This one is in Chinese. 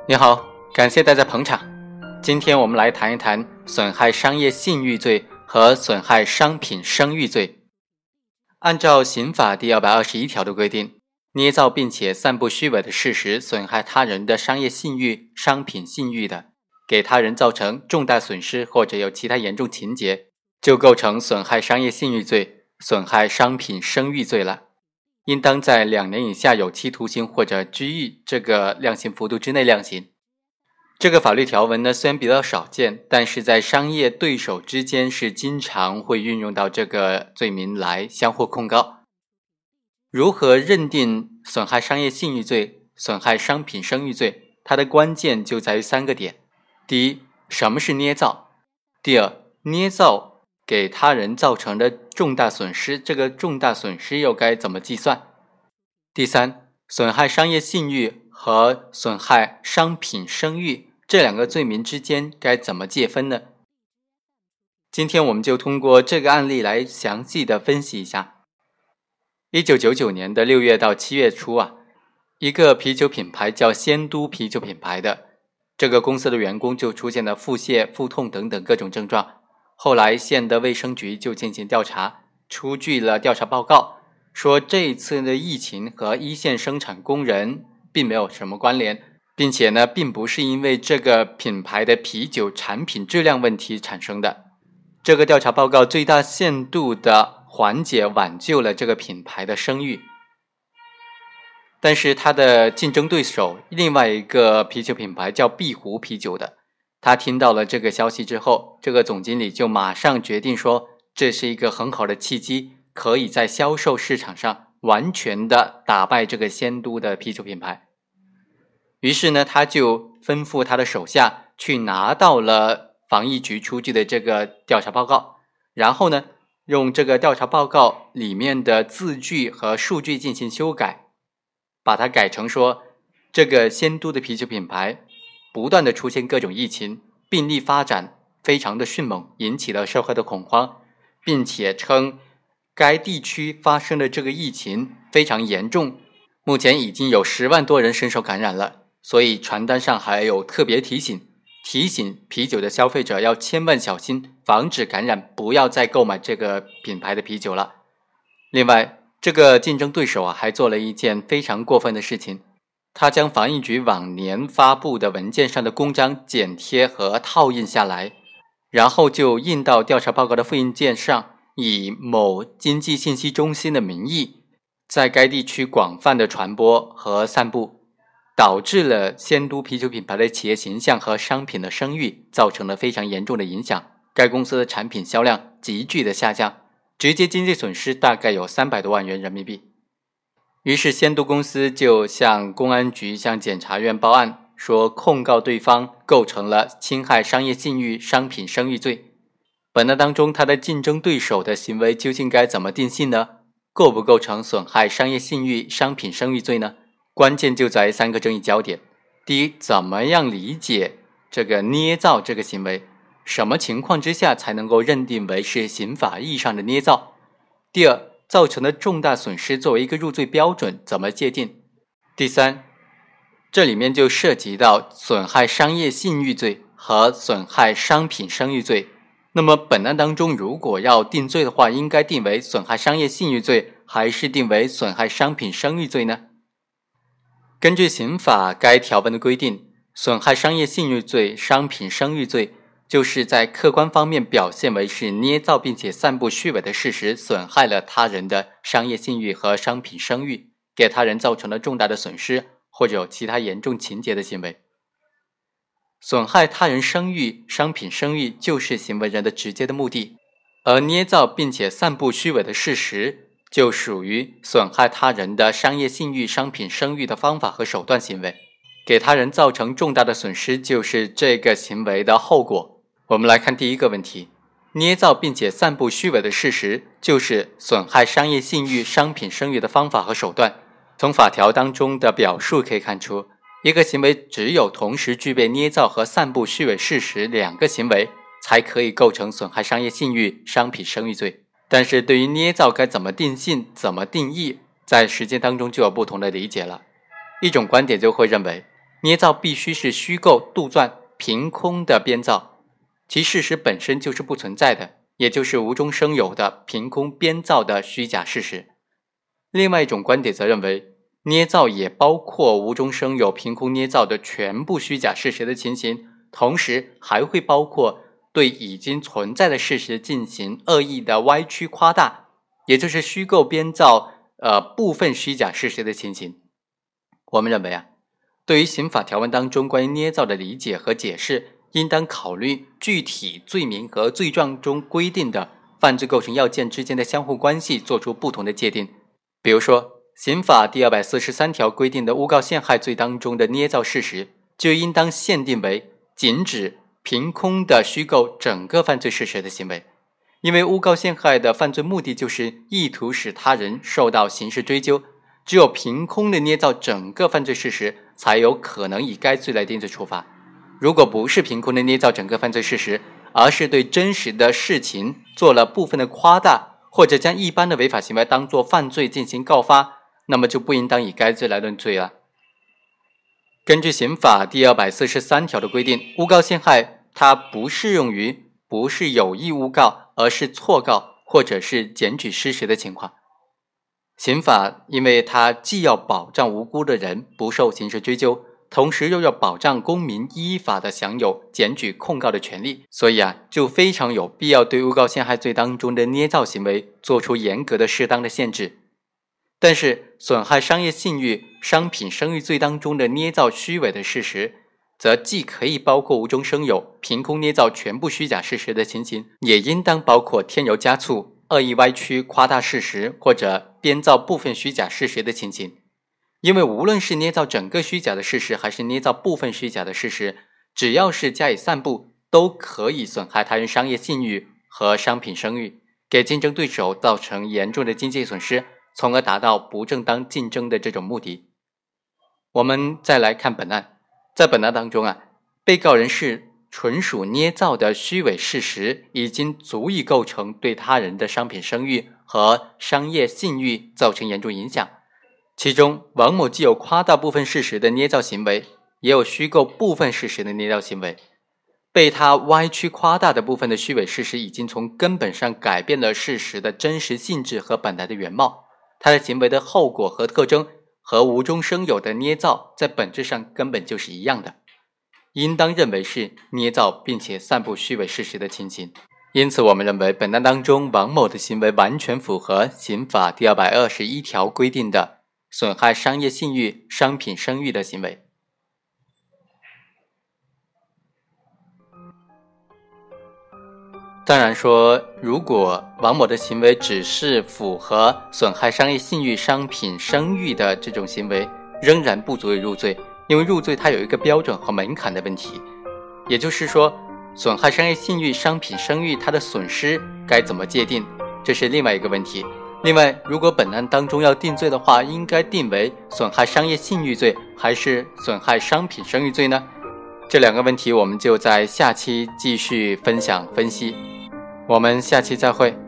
你好，感谢大家捧场。今天我们来谈一谈损害商业信誉罪和损害商品声誉罪。按照刑法第221条的规定，捏造并且散布虚伪的事实，损害他人的商业信誉、商品信誉的，给他人造成重大损失或者有其他严重情节，就构成损害商业信誉罪、损害商品声誉罪了。应当在2年以下有期徒刑或者拘役这个量刑幅度之内量刑。这个法律条文呢，虽然比较少见，但是在商业对手之间是经常会运用到这个罪名来相互控告。如何认定损害商业信誉罪、损害商品声誉罪？它的关键就在于3个点。第一，什么是捏造？第二，捏造给他人造成的重大损失，这个重大损失又该怎么计算？第三，损害商业信誉和损害商品声誉这2个罪名之间该怎么界分呢？今天我们就通过这个案例来详细的分析一下。1999年的6月到7月初一个啤酒品牌叫仙都啤酒品牌的这个公司的员工就出现了腹泻、腹痛等等各种症状。后来县的卫生局就进行调查，出具了调查报告，说这一次的疫情和一线生产工人并没有什么关联，并且呢，并不是因为这个品牌的啤酒产品质量问题产生的。这个调查报告最大限度的缓解挽救了这个品牌的声誉。但是它的竞争对手另外一个啤酒品牌叫碧湖啤酒的，他听到了这个消息之后，这个总经理就马上决定说，这是一个很好的契机，可以在销售市场上完全的打败这个仙都的啤酒品牌。于是呢，他就吩咐他的手下去拿到了防疫局出具的这个调查报告，然后呢，用这个调查报告里面的字句和数据进行修改，把它改成说，这个仙都的啤酒品牌不断的出现各种疫情，病例发展非常的迅猛，引起了社会的恐慌，并且称该地区发生的这个疫情非常严重，目前已经有10万多人深受感染了。所以传单上还有特别提醒啤酒的消费者要千万小心，防止感染，不要再购买这个品牌的啤酒了。另外，这个竞争对手还做了一件非常过分的事情，他将防疫局往年发布的文件上的公章剪贴和套印下来，然后就印到调查报告的复印件上，以某经济信息中心的名义在该地区广泛的传播和散布，导致了仙都啤酒品牌的企业形象和商品的声誉造成了非常严重的影响，该公司的产品销量急剧的下降，直接经济损失大概有300多万元人民币。于是仙都公司就向公安局、向检察院报案，说控告对方构成了侵害商业信誉、商品声誉罪。本案当中，他的竞争对手的行为究竟该怎么定性呢？构不构成损害商业信誉、商品声誉罪呢？关键就在3个争议焦点。第一，怎么样理解这个捏造这个行为？什么情况之下才能够认定为是刑法意义上的捏造？第二，造成的重大损失作为一个入罪标准怎么界定？第三，这里面就涉及到损害商业信誉罪和损害商品声誉罪。那么本案当中如果要定罪的话，应该定为损害商业信誉罪还是定为损害商品声誉罪呢？根据刑法该条文的规定，损害商业信誉罪、商品声誉罪就是在客观方面表现为是捏造并且散布虚伪的事实，损害了他人的商业信誉和商品声誉，给他人造成了重大的损失或者有其他严重情节的行为。损害他人声誉、商品声誉就是行为人的直接的目的，而捏造并且散布虚伪的事实就属于损害他人的商业信誉、商品声誉的方法和手段行为，给他人造成重大的损失就是这个行为的后果。我们来看第一个问题，捏造并且散布虚伪的事实就是损害商业信誉、商品声誉的方法和手段。从法条当中的表述可以看出，一个行为只有同时具备捏造和散布虚伪事实2个行为，才可以构成损害商业信誉、商品声誉罪。但是对于捏造该怎么定性、怎么定义，在实践当中就有不同的理解了。一种观点就会认为， 捏造必须是虚构、杜撰、凭空的编造，其事实本身就是不存在的，也就是无中生有的凭空编造的虚假事实。另外一种观点则认为，捏造也包括无中生有、凭空捏造的全部虚假事实的情形，同时还会包括对已经存在的事实进行恶意的歪曲夸大，也就是虚构编造部分虚假事实的情形。我们认为对于刑法条文当中关于捏造的理解和解释，应当考虑具体罪名和罪状中规定的犯罪构成要件之间的相互关系，做出不同的界定。比如说，刑法第243条规定的诬告陷害罪当中的捏造事实，就应当限定为仅指凭空的虚构整个犯罪事实的行为，因为诬告陷害的犯罪目的就是意图使他人受到刑事追究，只有凭空的捏造整个犯罪事实，才有可能以该罪来定罪处罚。如果不是凭空的捏造整个犯罪事实，而是对真实的事情做了部分的夸大，或者将一般的违法行为当作犯罪进行告发，那么就不应当以该罪来论罪了。根据刑法第243条的规定，诬告陷害它不适用于不是有意诬告，而是错告或者是检举失实的情况。刑法因为它既要保障无辜的人不受刑事追究，同时又要保障公民依法的享有检举控告的权利，所以就非常有必要对诬告陷害罪当中的捏造行为做出严格的适当的限制。但是损害商业信誉、商品声誉罪当中的捏造虚伪的事实，则既可以包括无中生有、凭空捏造全部虚假事实的情形，也应当包括添油加醋、恶意歪曲、夸大事实或者编造部分虚假事实的情形。因为无论是捏造整个虚假的事实，还是捏造部分虚假的事实，只要是加以散布，都可以损害他人商业信誉和商品声誉，给竞争对手造成严重的经济损失，从而达到不正当竞争的这种目的。我们再来看本案，在本案当中被告人是纯属捏造的虚伪事实，已经足以构成对他人的商品声誉和商业信誉造成严重影响。其中，王某既有夸大部分事实的捏造行为，也有虚构部分事实的捏造行为。被他歪曲夸大的部分的虚伪事实，已经从根本上改变了事实的真实性质和本来的原貌。他的行为的后果和特征和无中生有的捏造在本质上根本就是一样的，应当认为是捏造并且散布虚伪事实的情形。因此我们认为本案当中王某的行为完全符合刑法第221条规定的损害商业信誉、商品声誉的行为。当然说，如果王某的行为只是符合损害商业信誉、商品声誉的这种行为，仍然不足以入罪，因为入罪它有一个标准和门槛的问题。也就是说，损害商业信誉、商品声誉它的损失该怎么界定，这是另外一个问题。另外，如果本案当中要定罪的话，应该定为损害商业信誉罪还是损害商品声誉罪呢？这两个问题我们就在下期继续分享分析。我们下期再会。